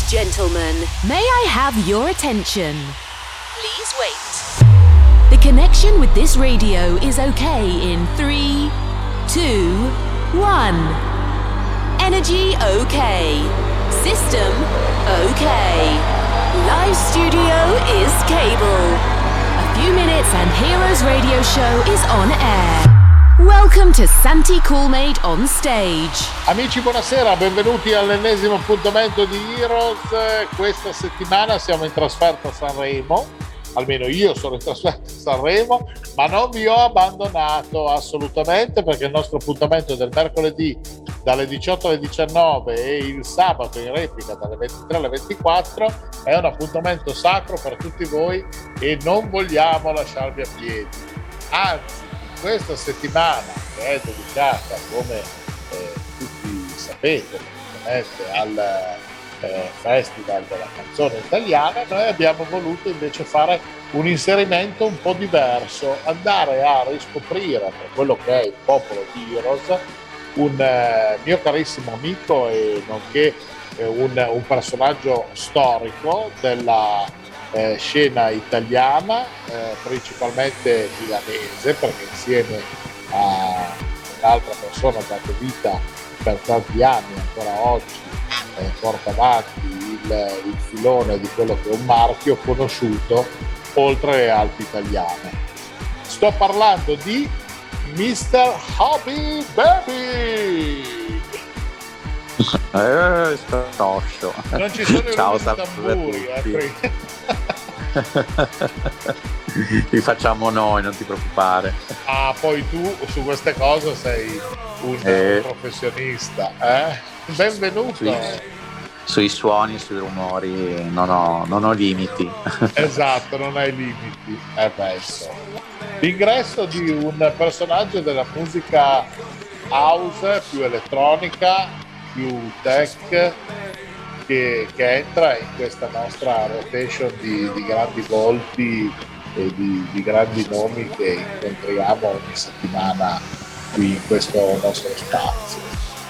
Gentlemen, may I have your attention? Please wait. The connection with this radio is okay in 3, 2, 1. Energy okay. System okay. Live studio is cable. A few minutes and Heroes Radio Show is on air. Welcome to Santi Coolmade on stage. Amici, buonasera, benvenuti all'ennesimo appuntamento di Heroes. Questa settimana siamo in trasferta a Sanremo, almeno io sono in trasferta a Sanremo, ma non vi ho abbandonato assolutamente, perché il nostro appuntamento del mercoledì dalle 18 alle 19 e il sabato in replica dalle 23 alle 24 è un appuntamento sacro per tutti voi e non vogliamo lasciarvi a piedi. Anzi, questa settimana, che è dedicata, come tutti sapete, al Festival della canzone italiana, noi abbiamo voluto invece fare un inserimento un po' diverso, andare a riscoprire per quello che è il popolo di Heroes un mio carissimo amico e nonché un personaggio storico della scena italiana, principalmente milanese, perché insieme a un'altra persona ha dato vita per tanti anni, ancora oggi porta avanti il filone di quello che è un marchio conosciuto oltre le Alpi italiane. Sto parlando di Mr. Hobby Baby. Stoscio. Non ci sono Ciao, i tamburi, li facciamo noi, non ti preoccupare. Ah, poi tu su queste cose sei un professionista, eh? Benvenuto. Sui suoni e sui rumori non ho limiti. Esatto, non hai limiti. L'ingresso di un personaggio della musica house, più elettronica, più tech, che entra in questa nostra rotation di grandi volti e di grandi nomi che incontriamo ogni settimana qui in questo nostro spazio.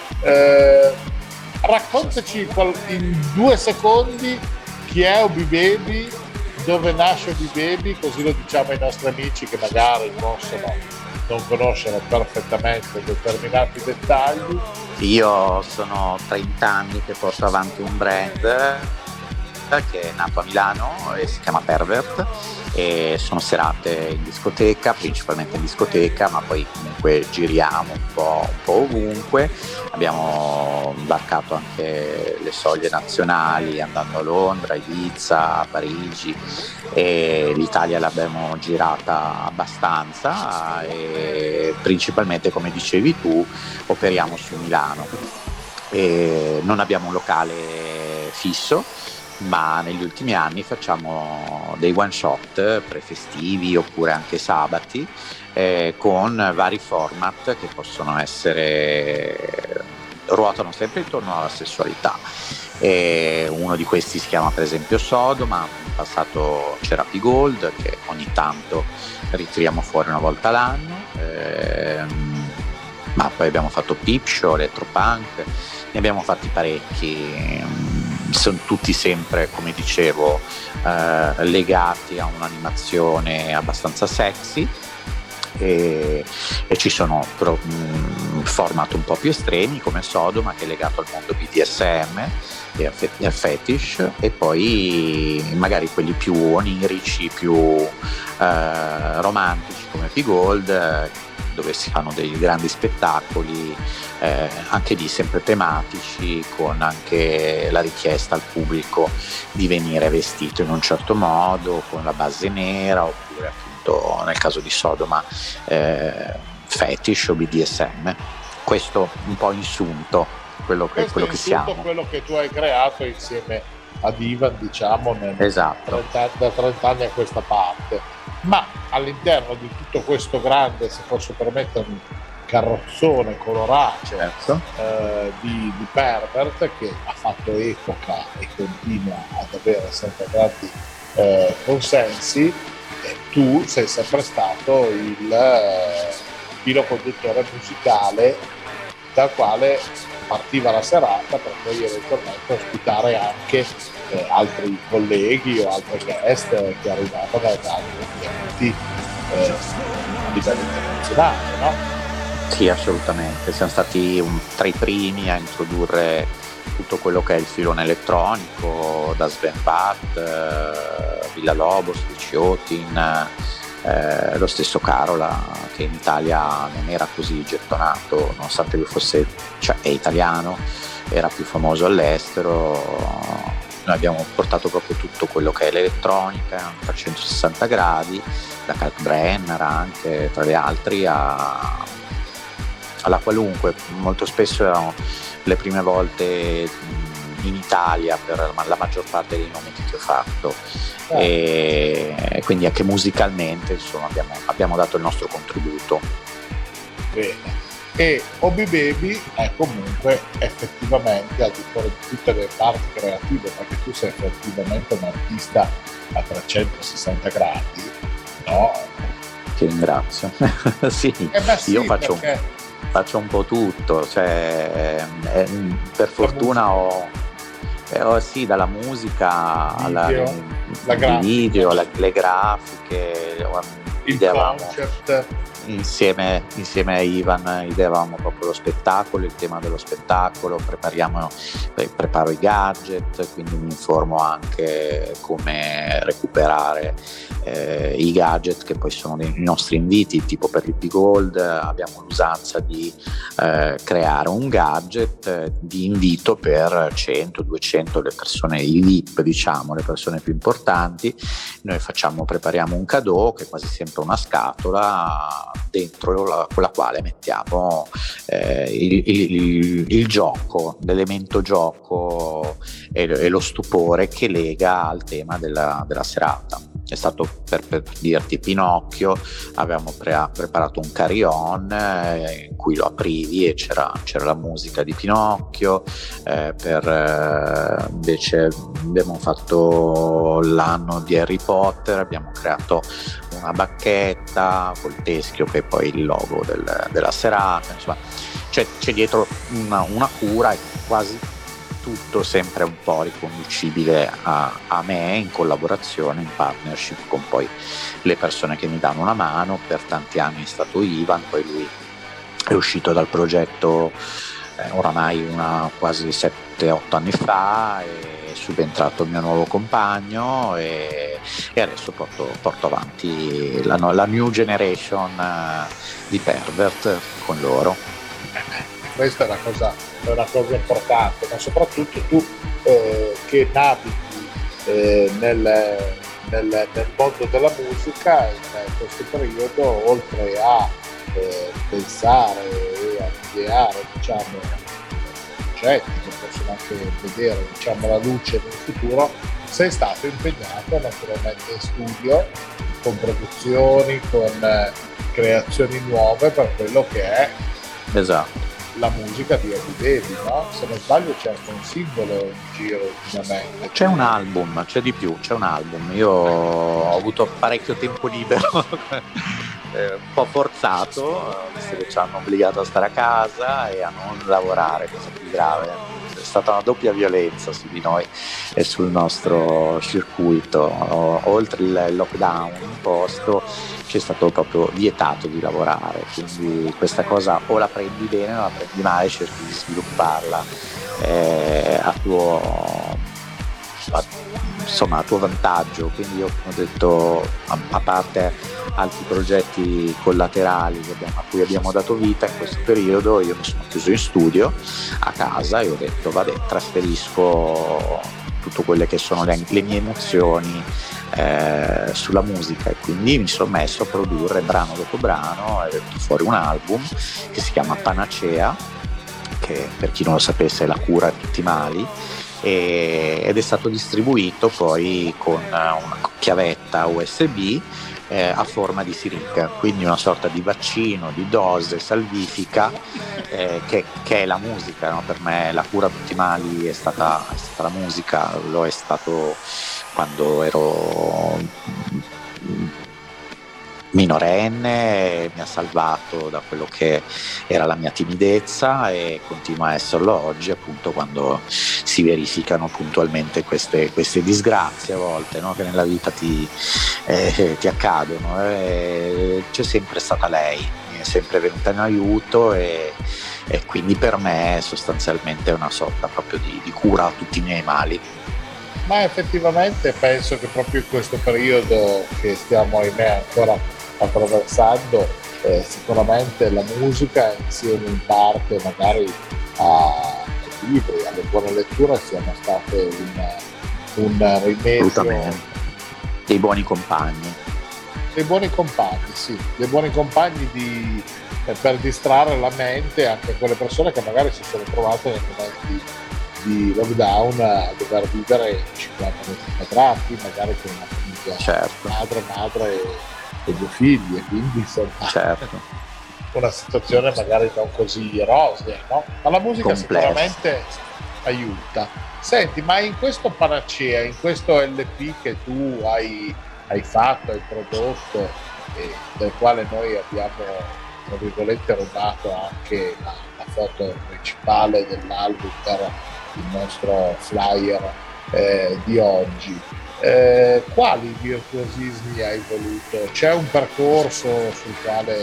Raccontaci in 2 secondi chi è Hobby Baby, dove nasce Hobby Baby, così lo diciamo ai nostri amici che magari possono non conoscere perfettamente determinati dettagli. Io sono 30 anni che porto avanti un brand che è nato a Milano e si chiama Pervert, e sono serate in discoteca, principalmente in discoteca, ma poi comunque giriamo un po' ovunque. Abbiamo varcato anche le soglie nazionali andando a Londra, Ibiza, Parigi, e l'Italia l'abbiamo girata abbastanza e principalmente, come dicevi tu, operiamo su Milano e non abbiamo un locale fisso, ma negli ultimi anni facciamo dei one shot prefestivi oppure anche sabati con vari format che possono ruotano sempre intorno alla sessualità. Uno di questi si chiama per esempio Sodoma, in passato c'era P-Gold che ogni tanto ritiriamo fuori una volta l'anno, ma poi abbiamo fatto Peep Show, Electropunk, ne abbiamo fatti parecchi. Sono tutti sempre, come dicevo, legati a un'animazione abbastanza sexy e ci sono format un po' più estremi come Sodoma, che è legato al mondo BDSM e al fetish, e poi magari quelli più onirici, più romantici come P-Gold, dove si fanno dei grandi spettacoli, anche lì sempre tematici, con anche la richiesta al pubblico di venire vestito in un certo modo, con la base nera, oppure appunto nel caso di Sodoma fetish o BDSM. Questo un po' insunto quello che siamo. Quello che tu hai creato insieme ad Ivan, diciamo, esatto, da 30 anni a questa parte. Ma all'interno di tutto questo grande, se posso permettere, un carrozzone colorato, certo, di Pervert, che ha fatto epoca e continua ad avere sempre grandi consensi, tu sei sempre stato il filo conduttore musicale dal quale partiva la serata per poi eventualmente ospitare anche altri colleghi o altre guest che arrivavano da altri clienti a livello internazionale, no? Sì, assolutamente, siamo stati tra i primi a introdurre tutto quello che è il filone elettronico, da Sven Bat, Villa Lobos, Ciotin, lo stesso Carola, che in Italia non era così gettonato, nonostante lui fosse, cioè è italiano, era più famoso all'estero. Noi abbiamo portato proprio tutto quello che è l'elettronica a 360 gradi, da Kalkbrenner anche tra gli altri alla qualunque. Molto spesso erano le prime volte in Italia per la maggior parte dei nomi che ho fatto, e quindi anche musicalmente insomma abbiamo dato il nostro contributo. Bene. E Obi Baby è comunque effettivamente, al di fuori di tutte le parti creative, perché tu sei effettivamente un artista a 360 gradi, no? Ti ringrazio. Sì, sì, io faccio un po' tutto, cioè per fortuna ho sì, dalla musica al video, le grafiche, il concept. Insieme a Ivan ideavamo proprio lo spettacolo, il tema dello spettacolo, preparo i gadget, quindi mi informo anche come recuperare i gadget che poi sono i nostri inviti. Tipo per il P-Gold abbiamo l'usanza di creare un gadget di invito per 100-200 le persone, i VIP, diciamo, le persone più importanti. Noi prepariamo un cadeau che è quasi sempre una scatola dentro con la quale mettiamo il gioco, l'elemento gioco e lo stupore che lega al tema della serata. È stato per dirti Pinocchio, avevamo preparato un carry-on in cui lo aprivi e c'era la musica di Pinocchio. Invece abbiamo fatto l'anno di Harry Potter, abbiamo creato una bacchetta col teschio che è poi il logo della serata. Insomma, c'è dietro una cura, e quasi tutto sempre un po' riconducibile a me, in collaborazione, in partnership con poi le persone che mi danno una mano. Per tanti anni è stato Ivan, poi lui è uscito dal progetto oramai quasi 7-8 anni fa, è subentrato il mio nuovo compagno e adesso porto avanti la new generation di Pervert con loro. Questa è una cosa importante, ma soprattutto tu che navighi nel mondo della musica in questo periodo, oltre a pensare e a ideare, diciamo, progetti che possono anche vedere, diciamo, la luce nel futuro, sei stato impegnato naturalmente in studio, con produzioni, con creazioni nuove per quello che è la musica di Obi Baby, no? Se non sbaglio c'è anche un singolo in giro ultimamente. C'è un album, c'è di più, c'è un album. Io ho avuto parecchio tempo libero, un po' forzato, visto che ci hanno obbligato a stare a casa e a non lavorare, cosa più grave. È stata una doppia violenza su di noi e sul nostro circuito. Oltre il lockdown imposto, ci è stato proprio vietato di lavorare, quindi questa cosa o la prendi bene o la prendi male, cerchi di svilupparla a tuo vantaggio. Quindi io ho detto, a parte altri progetti collaterali a cui abbiamo dato vita in questo periodo, io mi sono chiuso in studio a casa e ho detto trasferisco tutte quelle che sono le mie emozioni sulla musica, e quindi mi sono messo a produrre brano dopo brano. È venuto fuori un album che si chiama Panacea, che per chi non lo sapesse è la cura di tutti i mali, ed è stato distribuito poi con una chiavetta USB a forma di siringa, quindi una sorta di vaccino, di dose salvifica che è la musica, no? Per me la cura di tutti i mali è stata la musica, lo è stato quando ero minorenne, mi ha salvato da quello che era la mia timidezza e continua a esserlo oggi, appunto, quando si verificano puntualmente queste disgrazie a volte, no? Che nella vita ti accadono. C'è sempre stata lei, mi è sempre venuta in aiuto e quindi per me sostanzialmente è una sorta proprio di cura a tutti i miei mali. Ma effettivamente penso che proprio in questo periodo che stiamo, ahimè, ancora attraversando, sicuramente la musica insieme in parte magari ai libri, alle buone letture siano state un rimedio. Dei buoni compagni. Dei buoni compagni, sì, dei buoni compagni per distrarre la mente anche a quelle persone che magari si sono trovate nei momenti di lockdown a dover vivere 50 metri quadrati, magari con una famiglia, certo, madre e 2 figli, e quindi insomma, certo, una situazione magari non così rosea, no? Ma la musica sicuramente aiuta. Senti, ma in questo Panacea, in questo LP che tu hai fatto, hai prodotto, e del quale noi abbiamo, tra virgolette, rubato anche la foto principale dell'album per il nostro flyer di oggi, quali virtuosismi hai voluto? C'è un percorso sul quale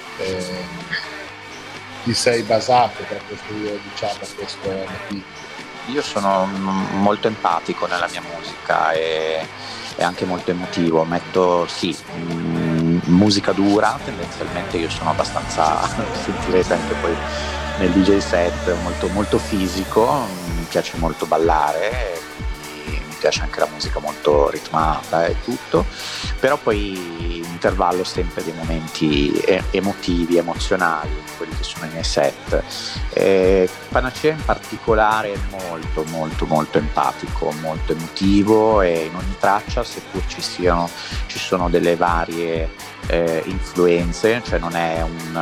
ti sei basato per costruire, diciamo, questo LP? Io sono molto empatico nella mia musica e anche molto emotivo, metto musica dura, tendenzialmente io sono abbastanza, sentirete anche poi nel DJ set, molto, molto fisico, mi piace molto ballare, mi piace anche la musica molto ritmata e tutto, però poi intervallo sempre dei momenti emotivi, emozionali, quelli che sono i miei set. Panacea in particolare è molto molto molto empatico, molto emotivo, e in ogni traccia, seppur ci sono delle varie influenze, cioè non è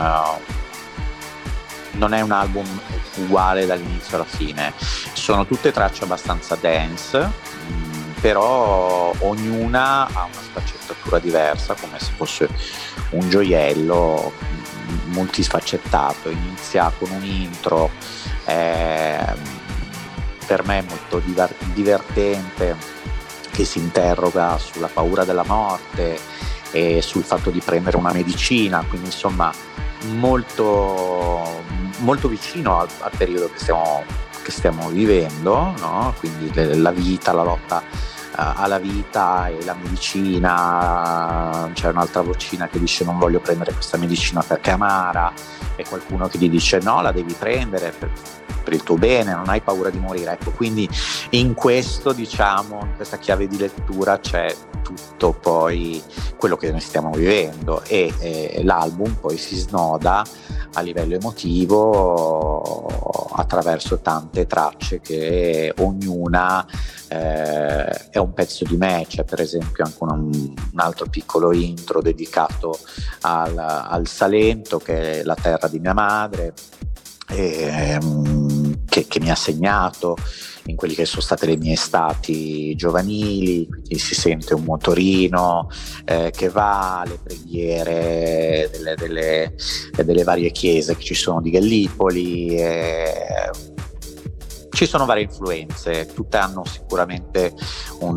un album uguale dall'inizio alla fine, sono tutte tracce abbastanza dance, però ognuna ha una sfaccettatura diversa, come se fosse un gioiello multisfaccettato. Inizia con un intro per me molto divertente, che si interroga sulla paura della morte e sul fatto di prendere una medicina, quindi insomma molto, molto vicino al periodo che stiamo vivendo, no? Quindi la vita, la lotta alla vita e la medicina. C'è un'altra vocina che dice non voglio prendere questa medicina perché è amara, e qualcuno che gli dice no, la devi prendere per il tuo bene, non hai paura di morire. Ecco, quindi in questo, diciamo, in questa chiave di lettura c'è tutto poi quello che noi stiamo vivendo, e l'album poi si snoda a livello emotivo attraverso tante tracce che ognuna è un pezzo di me. C'è per esempio anche un altro piccolo intro dedicato al Salento, che è la terra di mia madre, che mi ha segnato in quelli che sono state le mie estati giovanili. Quindi si sente un motorino che va, le preghiere delle varie chiese che ci sono di Gallipoli, ci sono varie influenze, tutte hanno sicuramente un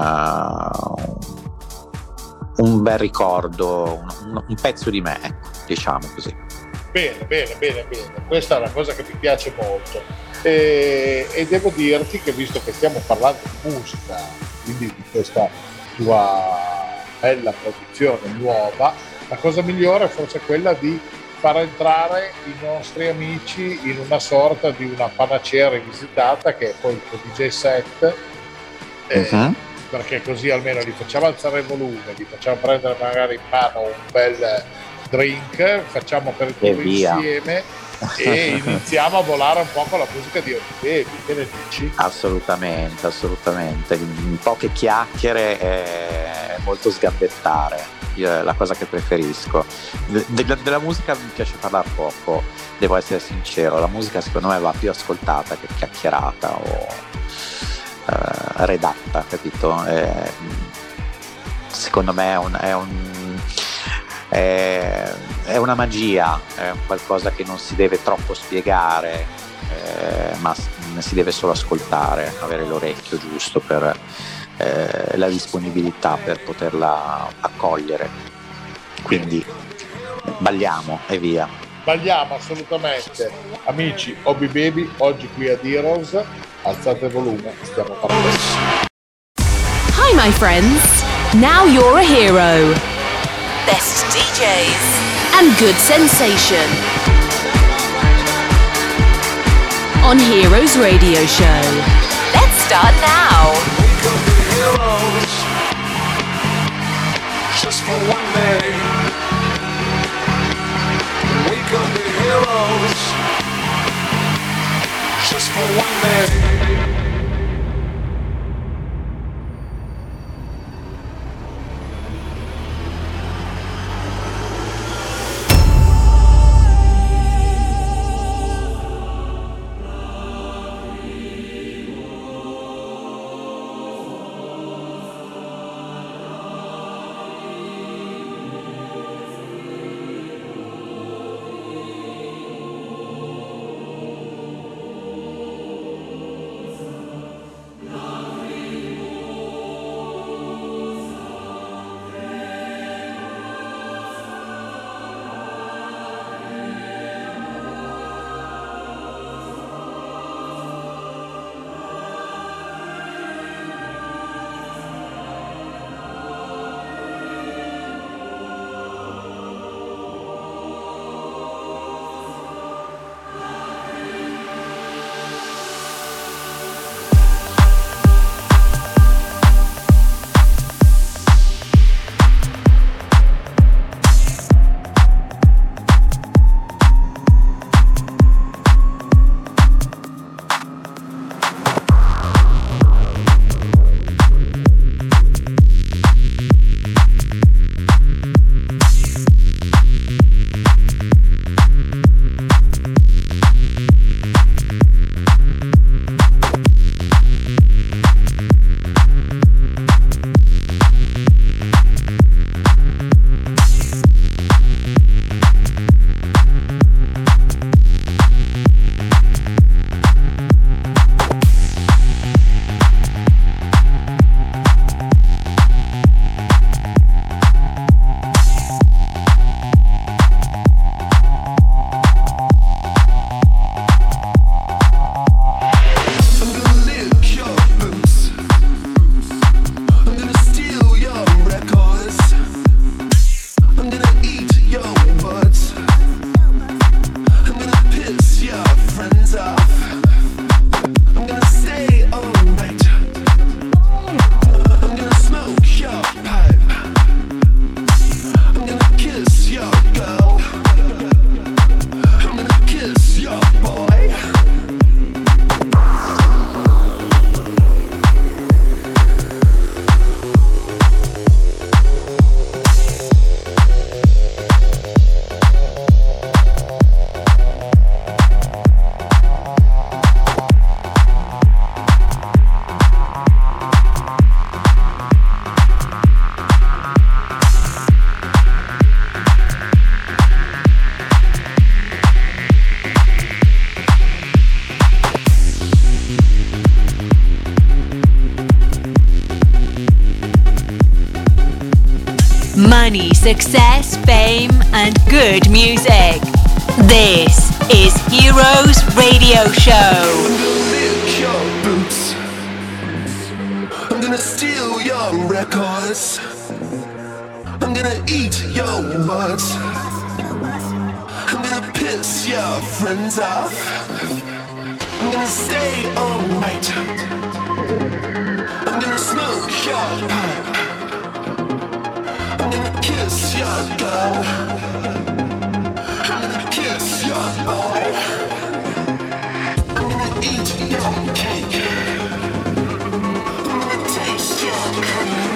bel ricordo, un pezzo di me, ecco, diciamo così. Bene, questa è una cosa che mi piace molto, e devo dirti che, visto che stiamo parlando di musica, quindi di questa tua bella produzione nuova, la cosa migliore forse è quella di far entrare i nostri amici in una sorta di una Panacea rivisitata, che è poi il tuo DJ set, perché così almeno li facciamo alzare il volume, li facciamo prendere magari in mano un bel drink, facciamo per due insieme e iniziamo a volare un po' con la musica di Baby. Che ne dici? Assolutamente, in poche chiacchiere è molto sgambettare. La cosa che preferisco della musica, mi piace parlare poco, devo essere sincero. La musica secondo me va più ascoltata che chiacchierata o redatta, capito? Secondo me È una magia, è qualcosa che non si deve troppo spiegare, ma si deve solo ascoltare, avere l'orecchio giusto per la disponibilità per poterla accogliere. Quindi balliamo e via. Balliamo assolutamente. Amici, Hobby Baby, oggi qui ad Heroes, alzate il volume, stiamo parlando. Hi my friends, now you're a hero. Best DJs and good sensation on Heroes Radio Show. Let's start now. We could be heroes just for one day. We could be heroes just for one day. Money, success, fame, and good music. This is Heroes Radio Show. Lick your boots. I'm gonna steal your records. I'm gonna eat your words. I'm gonna piss your friends off. I'm gonna stay all night. I'm gonna smoke your pipe. I'm gonna kiss your girl. I'm gonna kiss your boy. I'm gonna eat your cake. I'm gonna taste your cream.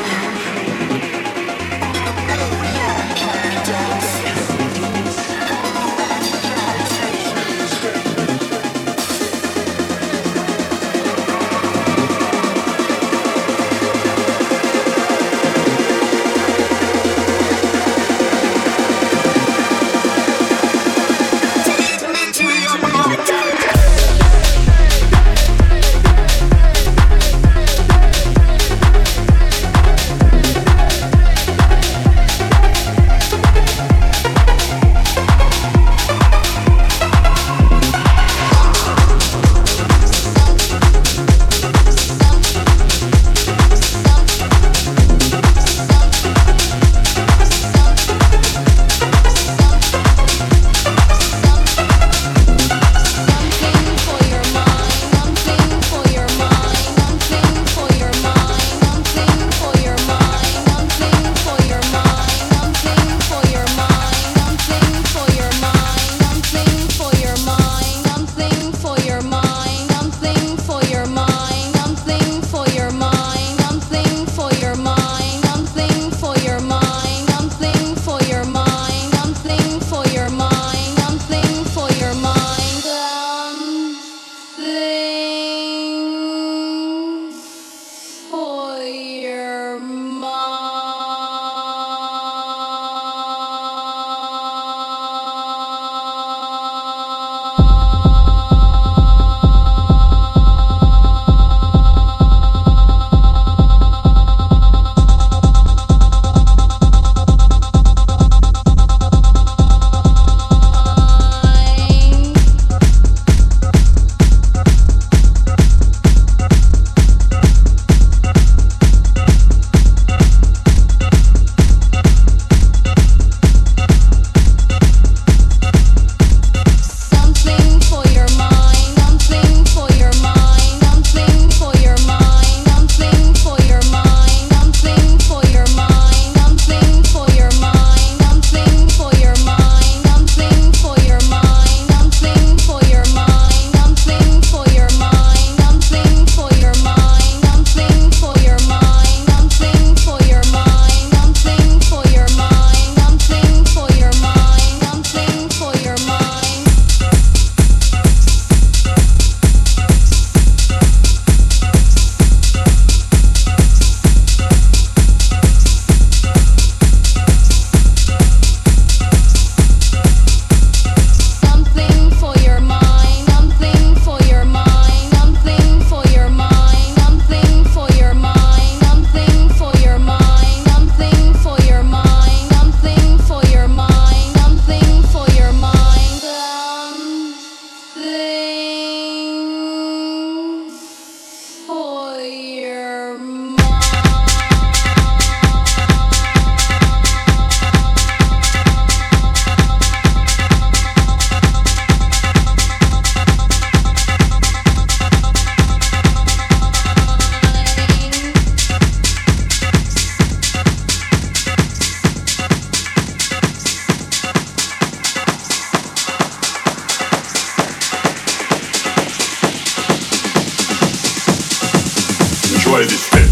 Enjoy this bit.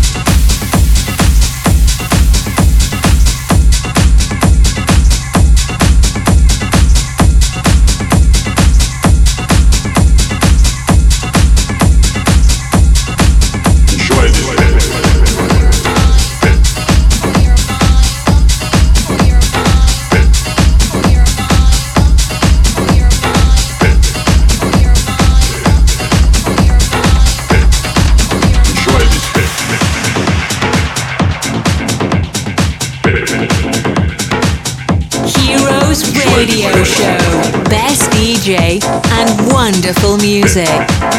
Radio show, best DJ and wonderful music.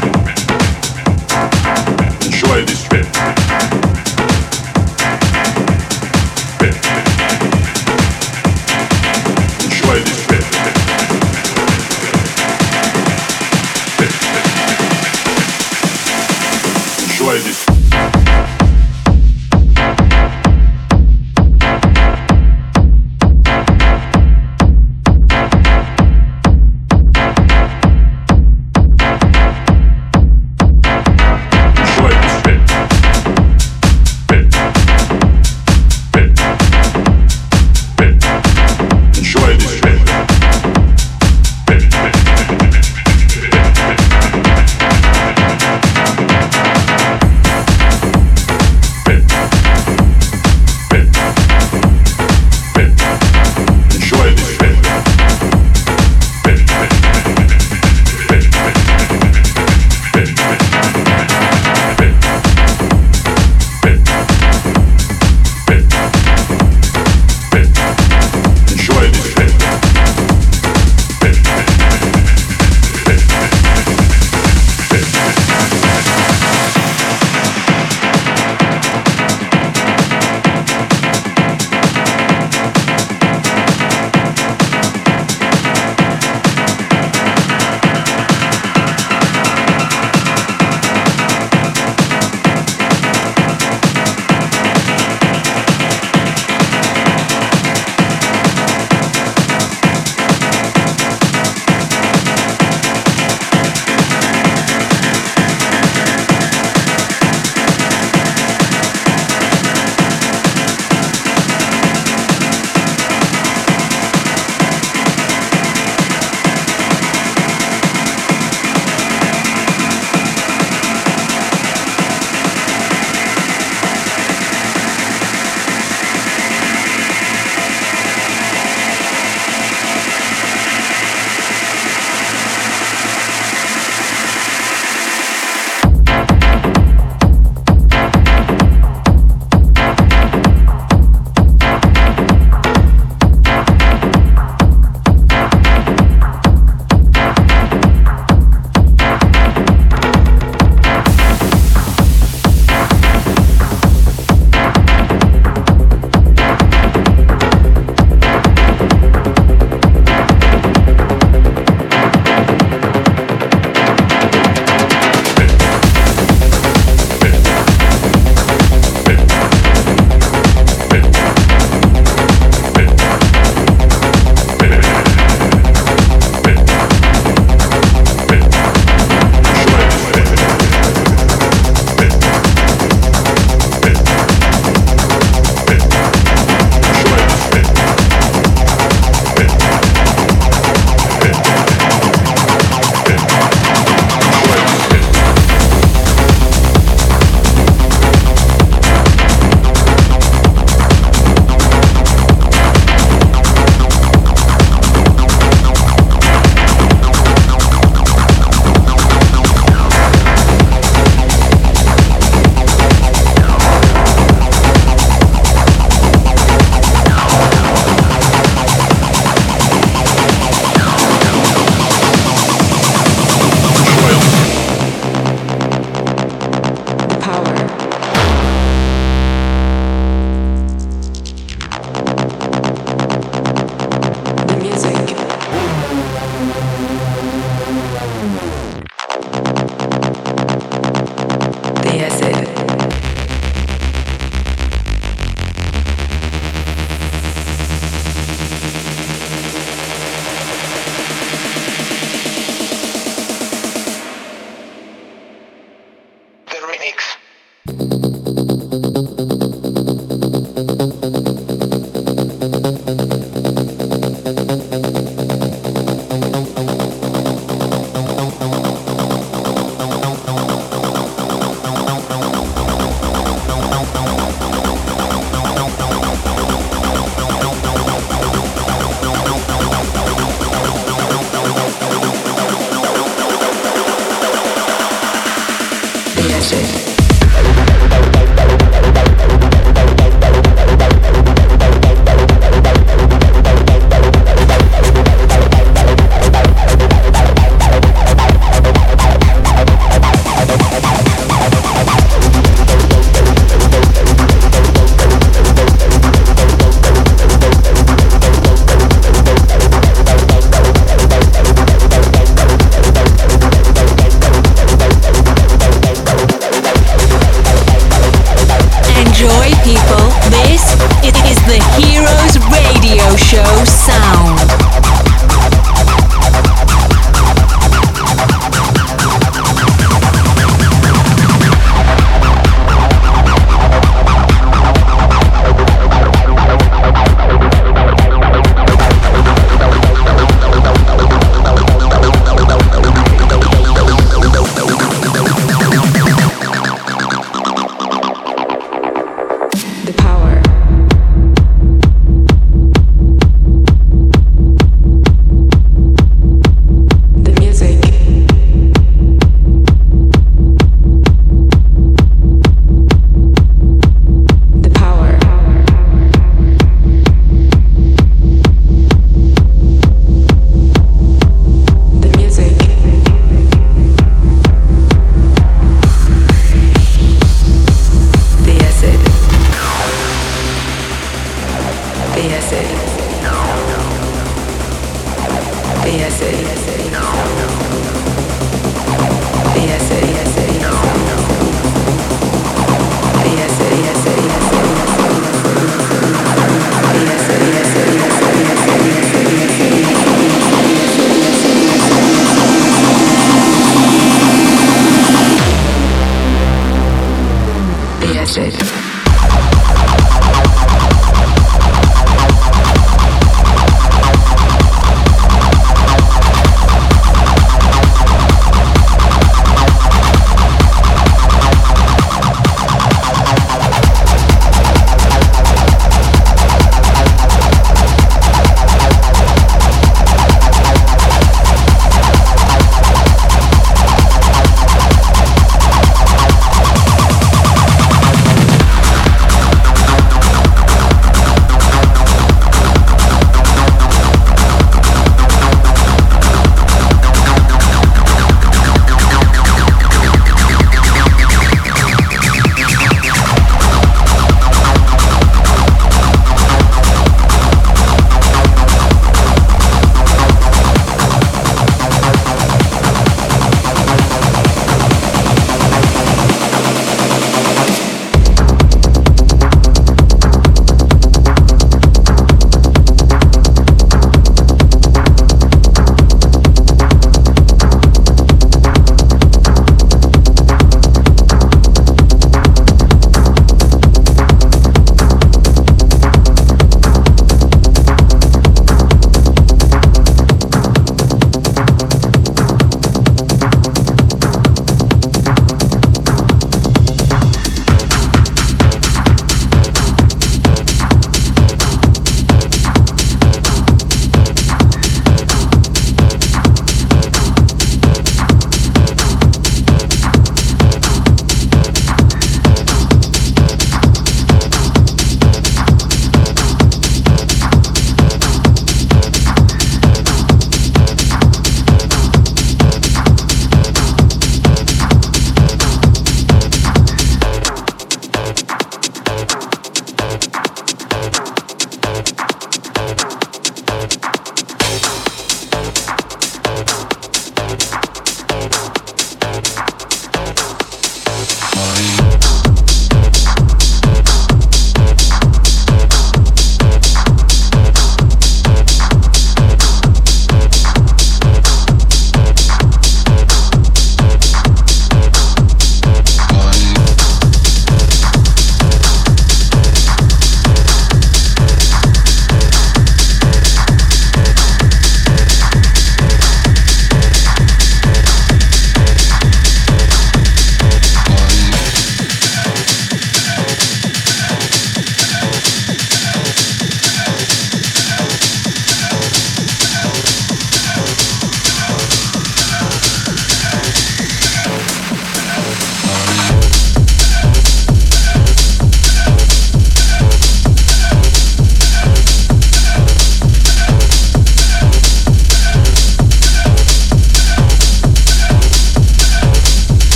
Enjoy this bit. Enjoy this bit. Enjoy this.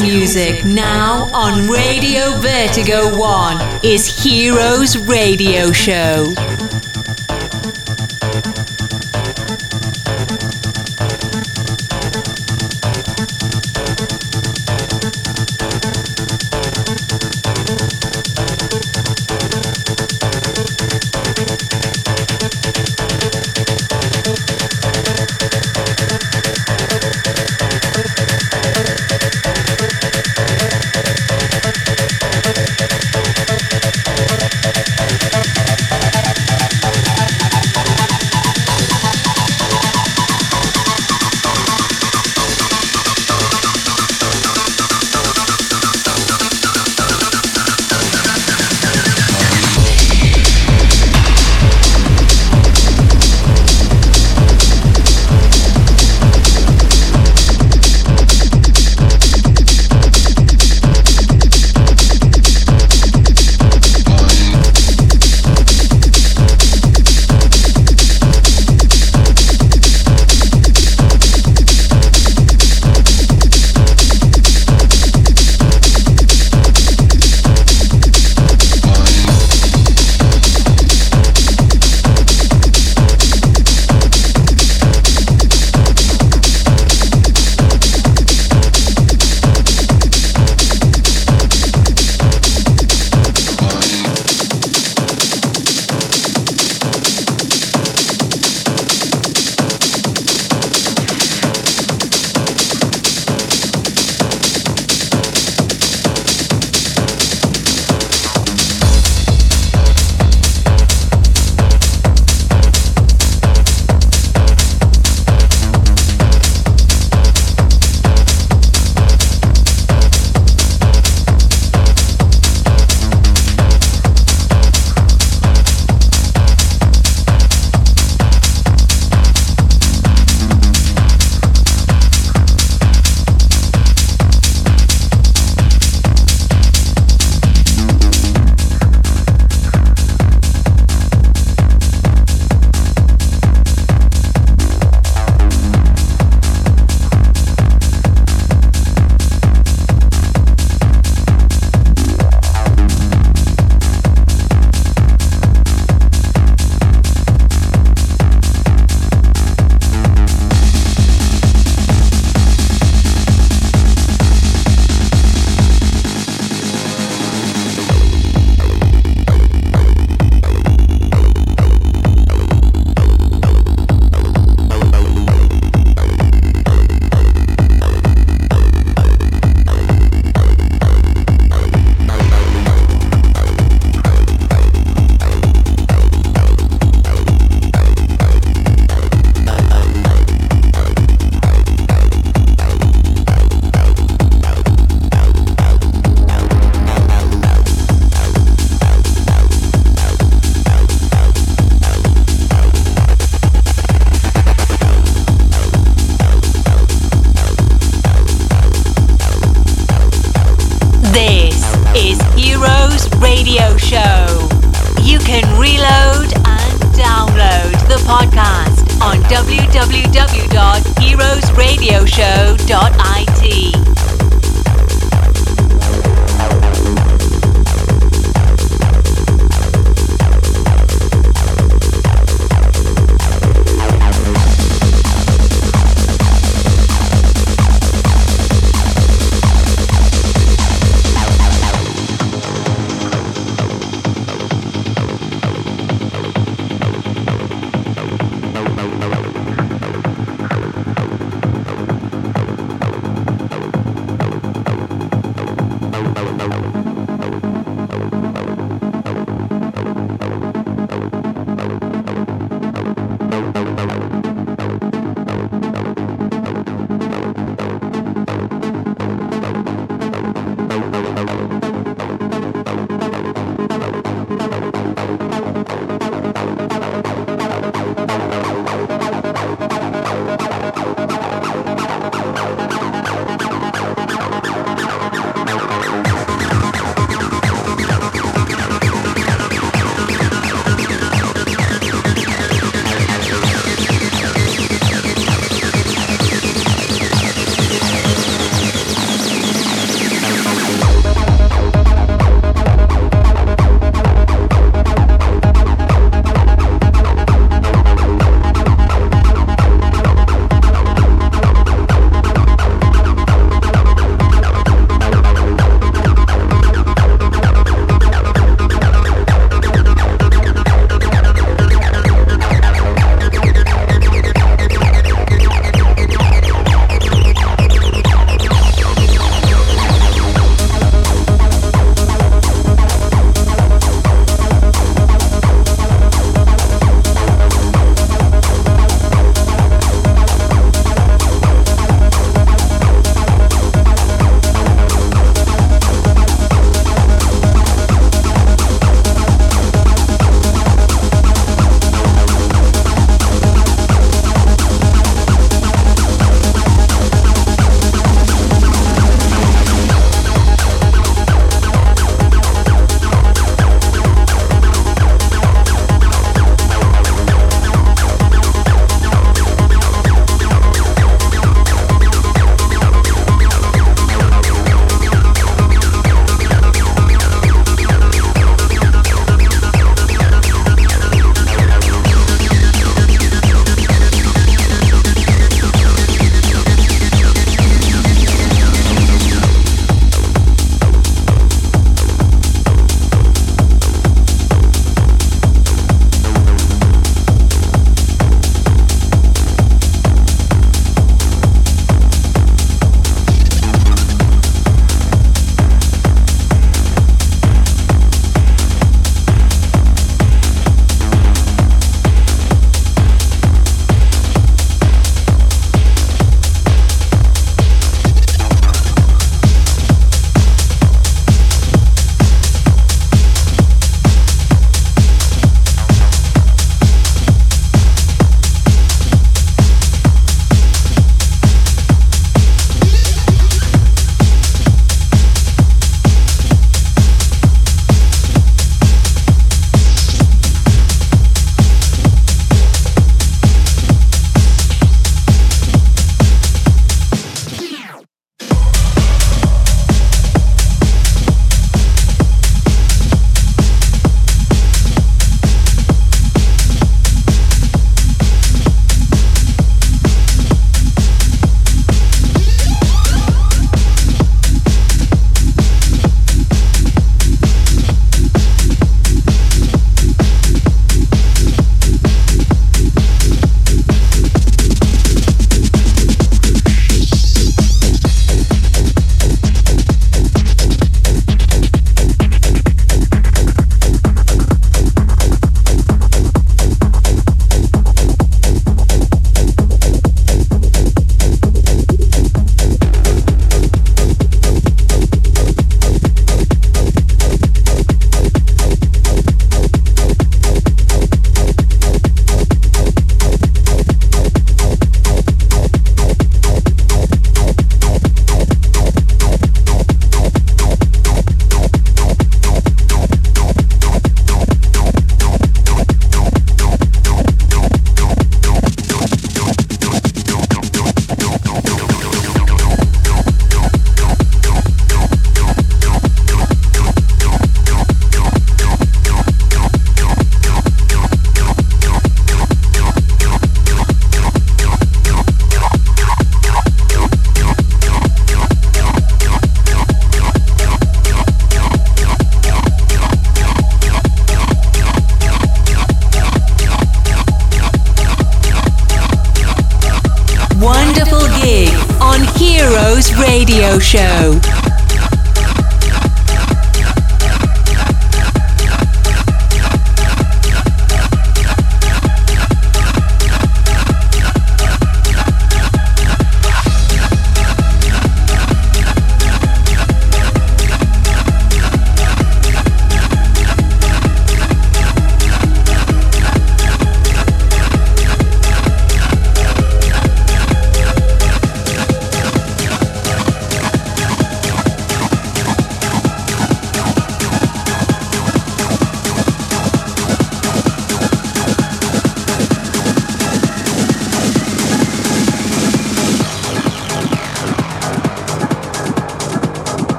music now on Radio Vertigo 1 is Heroes Radio Show. www.heroesradioshow.it.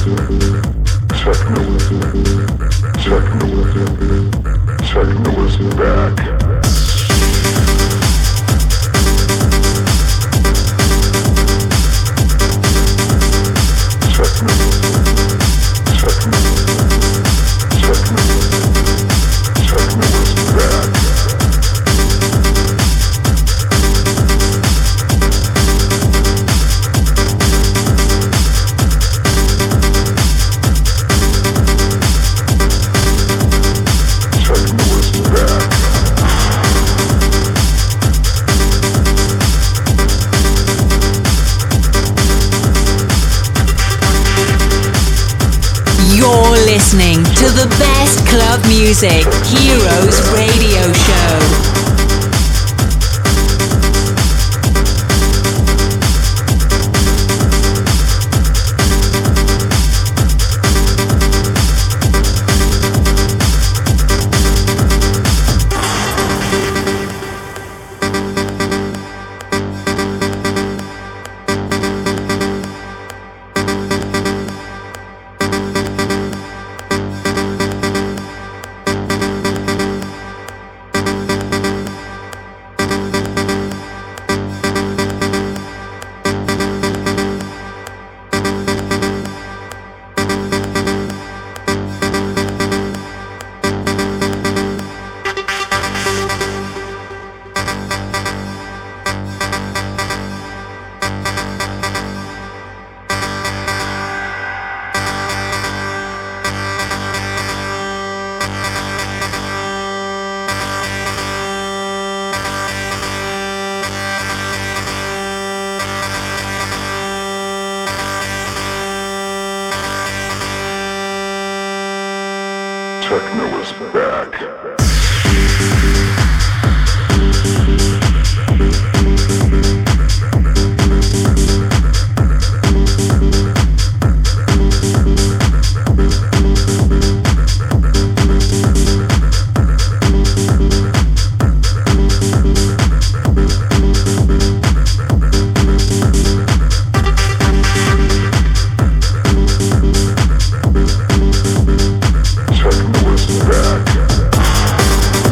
Listening to the best club music, Heroes Radio Show. Techno is back. Techno is back.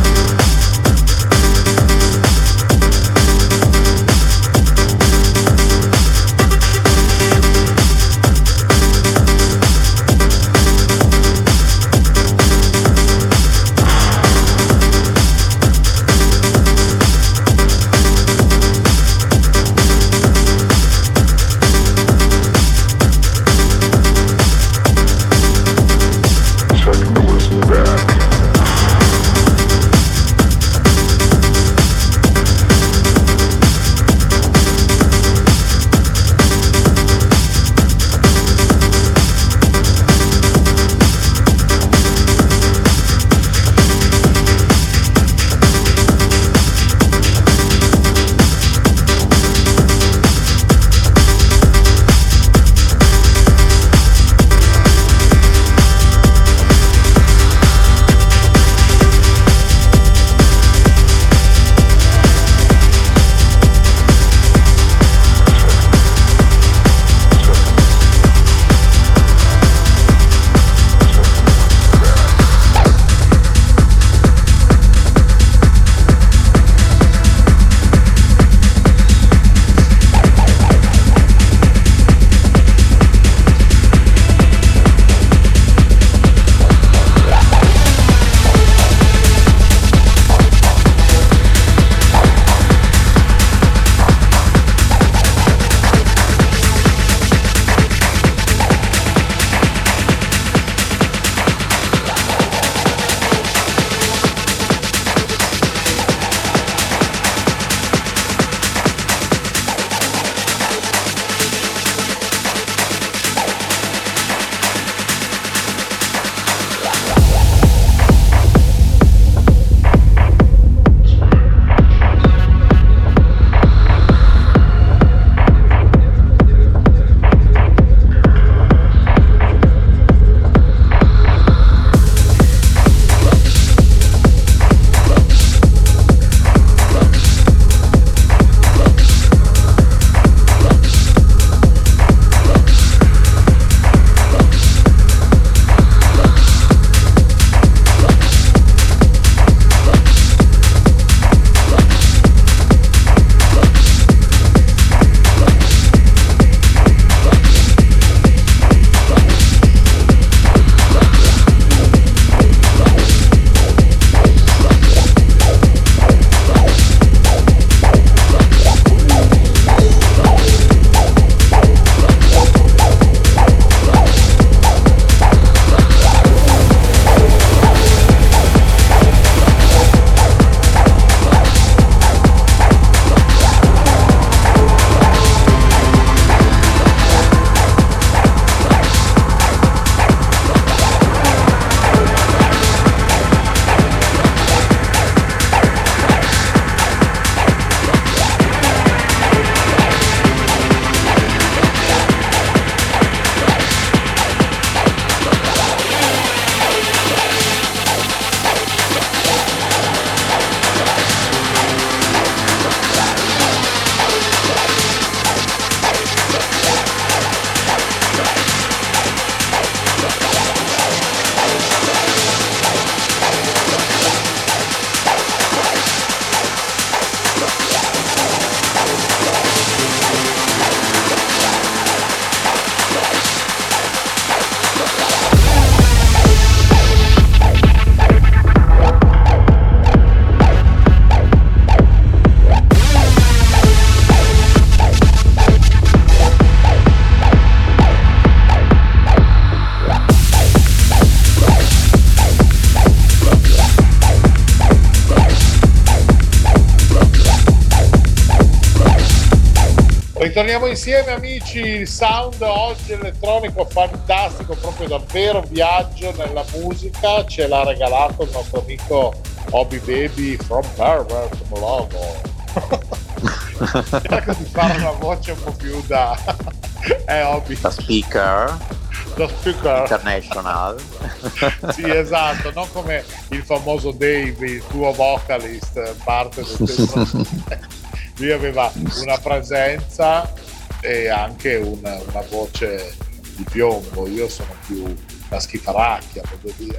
Ritorniamo insieme amici, il sound oggi elettronico fantastico, proprio davvero viaggio nella musica, ce l'ha regalato il nostro amico Obi Baby from Pervert Logo. Cerco di fare una voce un po' più da Obi. Da speaker international. Sì, esatto, non come il famoso Dave, il tuo vocalist, parte del testo. Lui aveva una presenza e anche una voce di piombo. Io sono più una schifaracchia, voglio dire.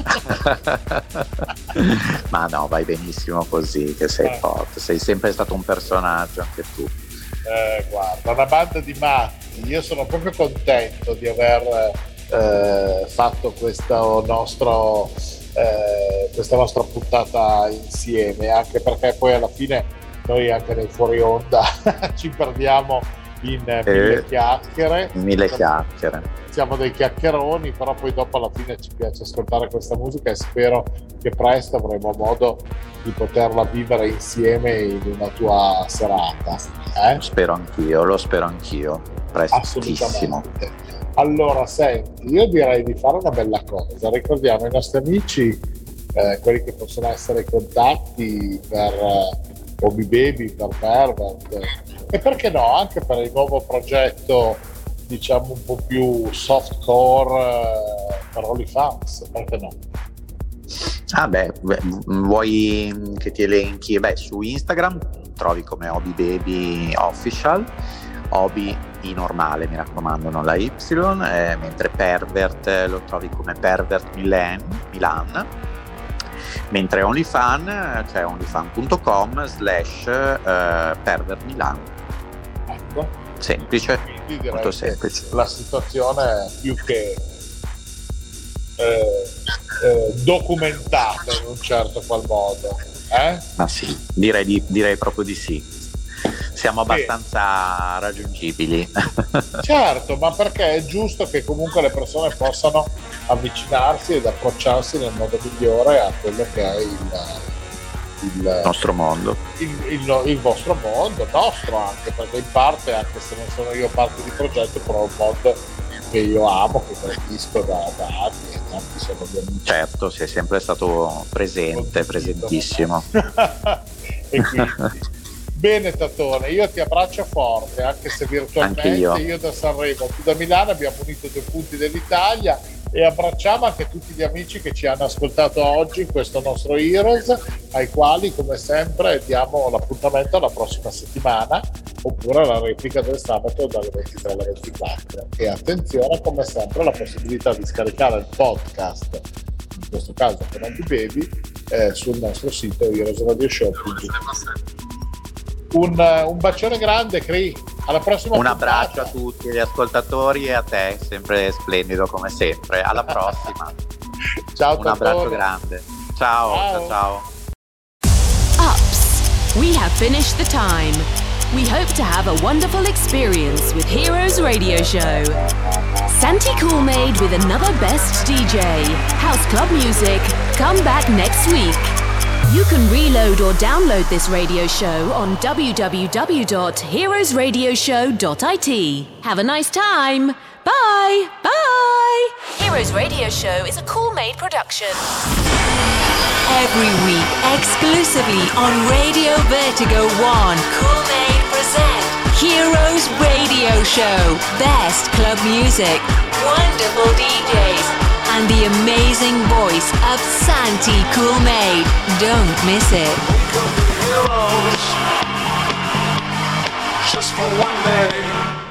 Ma no, vai benissimo così, che sei forte, sei sempre stato un personaggio anche tu. Guarda, una banda di matti. Io sono proprio contento di aver fatto questa nostra puntata insieme, anche perché poi alla fine noi anche nei fuori onda ci perdiamo in mille chiacchiere. Siamo dei chiacchieroni, però poi dopo alla fine ci piace ascoltare questa musica e spero che presto avremo modo di poterla vivere insieme in una tua serata. Lo spero anch'io, prestissimo. Assolutamente. Allora senti, io direi di fare una bella cosa, ricordiamo ai nostri amici quelli che possono essere i contatti per Obi Baby, per Pervert e perché no anche per il nuovo progetto, diciamo un po' più softcore per OnlyFans, perché no? Vuoi che ti elenchi? Su Instagram trovi come Obi Baby Official, Obi in normale, mi raccomando, non la Y, mentre Pervert lo trovi come Pervert Milan, mentre OnlyFans c'è onlyfan.com/Pervert Milan. Ecco. Semplice, quindi molto semplice. La situazione è più che documentata in un certo qual modo. Ma sì, direi proprio di sì. Siamo abbastanza raggiungibili. Certo, ma perché è giusto che comunque le persone possano avvicinarsi ed approcciarsi nel modo migliore a quello che è il nostro mondo, il vostro mondo, nostro anche, perché in parte, anche se non sono io parte di progetto, però è un mondo che io amo, che gradisco da anni e tanti sono gli amici. Certo, sei sempre stato presentissimo. E quindi bene Tatone, io ti abbraccio forte, anche se virtualmente. Io da Sanremo, tu da Milano, abbiamo unito 2 punti dell'Italia e abbracciamo anche tutti gli amici che ci hanno ascoltato oggi in questo nostro Heroes, ai quali come sempre diamo l'appuntamento alla prossima settimana oppure alla replica del sabato dalle 23 alle 24. E attenzione, come sempre, la possibilità di scaricare il podcast, in questo caso con Obi Baby, sul nostro sito heroesradioshow.it. Un bacione grande, Cri. Alla prossima. Un abbraccio a tutti gli ascoltatori e a te, sempre splendido come sempre. Alla prossima. Ciao. Un abbraccio grande. Ciao. Ups, we have finished the time. We hope to have a wonderful experience with Heroes Radio Show. Santi Coolmade with another best DJ. House club music. Come back next week. You can reload or download this radio show on www.heroesradioshow.it. Have a nice time. Bye. Bye. Heroes Radio Show is a Coolmade production. Every week, exclusively on Radio Vertigo 1, Coolmade present Heroes Radio Show. Best club music, wonderful DJs, and the amazing voice of Santi Coolmade. Don't miss it. Heroes, just for one day.